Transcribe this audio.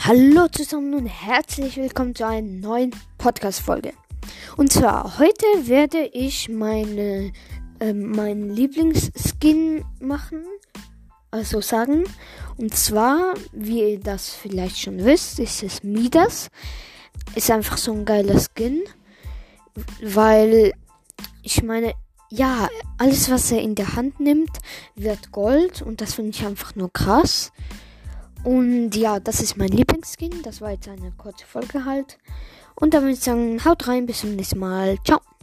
Hallo zusammen und herzlich willkommen zu einer neuen Podcast-Folge. Und zwar, heute werde ich meinen Lieblingsskin machen, also sagen. Und zwar, wie ihr das vielleicht schon wisst, ist es Midas. Ist einfach so ein geiler Skin, weil ich meine, ja, alles was er in der Hand nimmt, wird Gold und das finde ich einfach nur krass. Und ja, das ist mein Lieblingsskin. Das war jetzt eine kurze Folge halt. Und dann würde ich sagen, haut rein, bis zum nächsten Mal. Ciao.